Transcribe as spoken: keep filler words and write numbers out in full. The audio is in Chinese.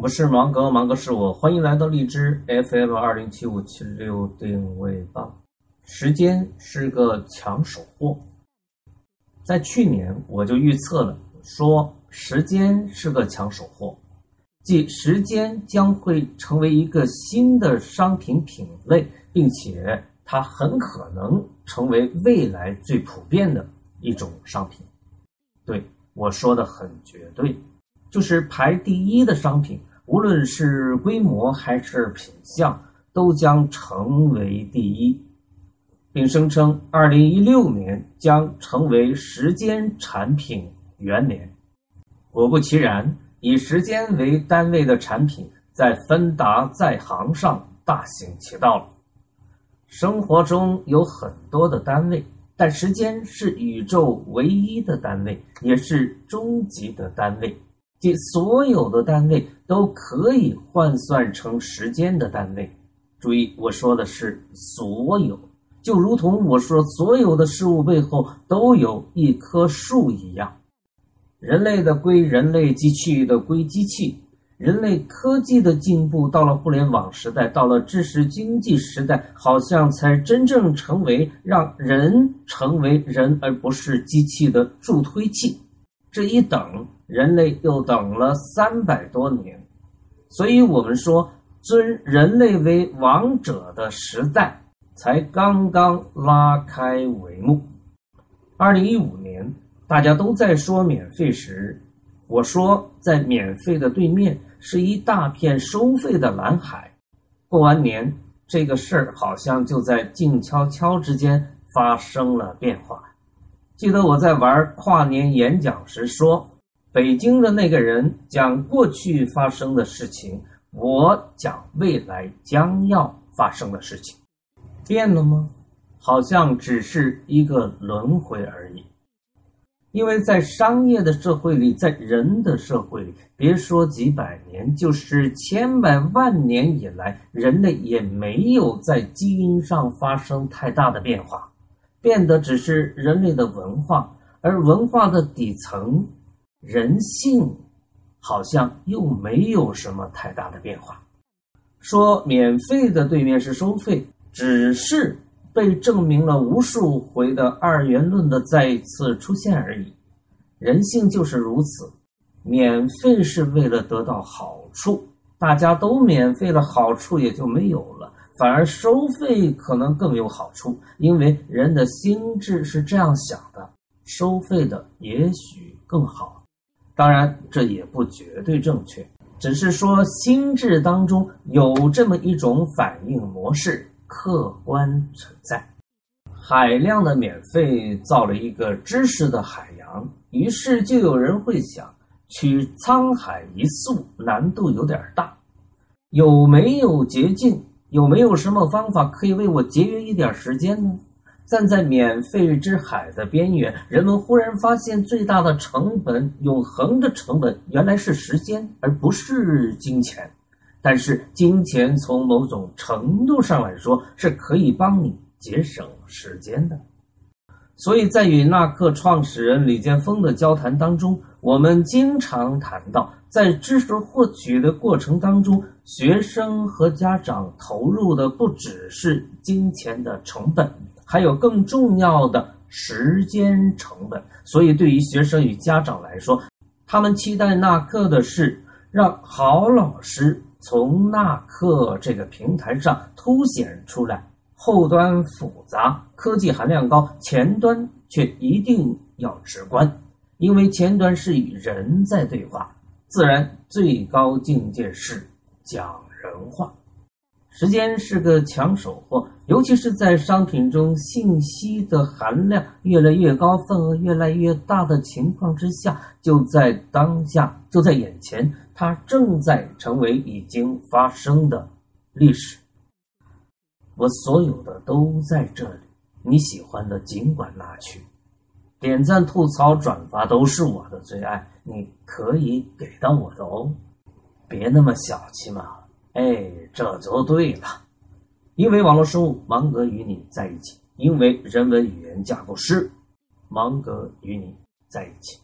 我是芒格，芒格是我，欢迎来到荔枝 F M 二零七五七六定位棒。时间是个抢手货，在去年我就预测了，说时间是个抢手货，即时间将会成为一个新的商品品类，并且它很可能成为未来最普遍的一种商品。对，我说的很绝对，就是排第一的商品，无论是规模还是品相，都将成为第一，并声称二零一六年将成为时间产品元年。果不其然，以时间为单位的产品在芬达在行上大行其道了。生活中有很多的单位，但时间是宇宙唯一的单位，也是终极的单位，即所有的单位都可以换算成时间的单位。注意，我说的是所有，就如同我说所有的事物背后都有一棵树一样。人类的归人类，机器的归机器。人类科技的进步到了互联网时代，到了知识经济时代，好像才真正成为让人成为人而不是机器的助推器。这一等，人类又等了三百多年。所以我们说，尊人类为王者的时代才刚刚拉开帷幕。二零一五年大家都在说免费时，我说在免费的对面是一大片收费的蓝海。过完年，这个事儿好像就在静悄悄之间发生了变化。记得我在玩跨年演讲时说，北京的那个人讲过去发生的事情，我讲未来将要发生的事情。变了吗？好像只是一个轮回而已。因为在商业的社会里，在人的社会里，别说几百年，就是千百万年以来，人类也没有在基因上发生太大的变化，变的只是人类的文化，而文化的底层人性好像又没有什么太大的变化。说免费的对面是收费，只是被证明了无数回的二元论的再一次出现而已。人性就是如此，免费是为了得到好处，大家都免费了，好处也就没有了，反而收费可能更有好处，因为人的心智是这样想的，收费的也许更好。当然这也不绝对正确，只是说心智当中有这么一种反应模式客观存在。海量的免费造了一个知识的海洋，于是就有人会想，取沧海一粟难度有点大，有没有捷径？有没有什么方法可以为我节约一点时间呢？站在免费之海的边缘，人们忽然发现最大的成本，永恒的成本原来是时间，而不是金钱。但是金钱从某种程度上来说是可以帮你节省时间的。所以在与纳克创始人李建峰的交谈当中，我们经常谈到，在知识获取的过程当中，学生和家长投入的不只是金钱的成本，还有更重要的时间成本。所以对于学生与家长来说，他们期待纳克的是让好老师从纳克这个平台上凸显出来，后端复杂，科技含量高，前端却一定要直观，因为前端是与人在对话，自然最高境界是讲人话。时间是个抢手货，尤其是在商品中信息的含量越来越高，份额越来越大的情况之下，就在当下，就在眼前，它正在成为已经发生的历史。我所有的都在这里，你喜欢的尽管拿去，点赞、吐槽、转发都是我的最爱，你可以给到我的哦，别那么小气嘛。哎，这就对了。因为网络生物，芒格与你在一起；因为人文语言架构师，芒格与你在一起。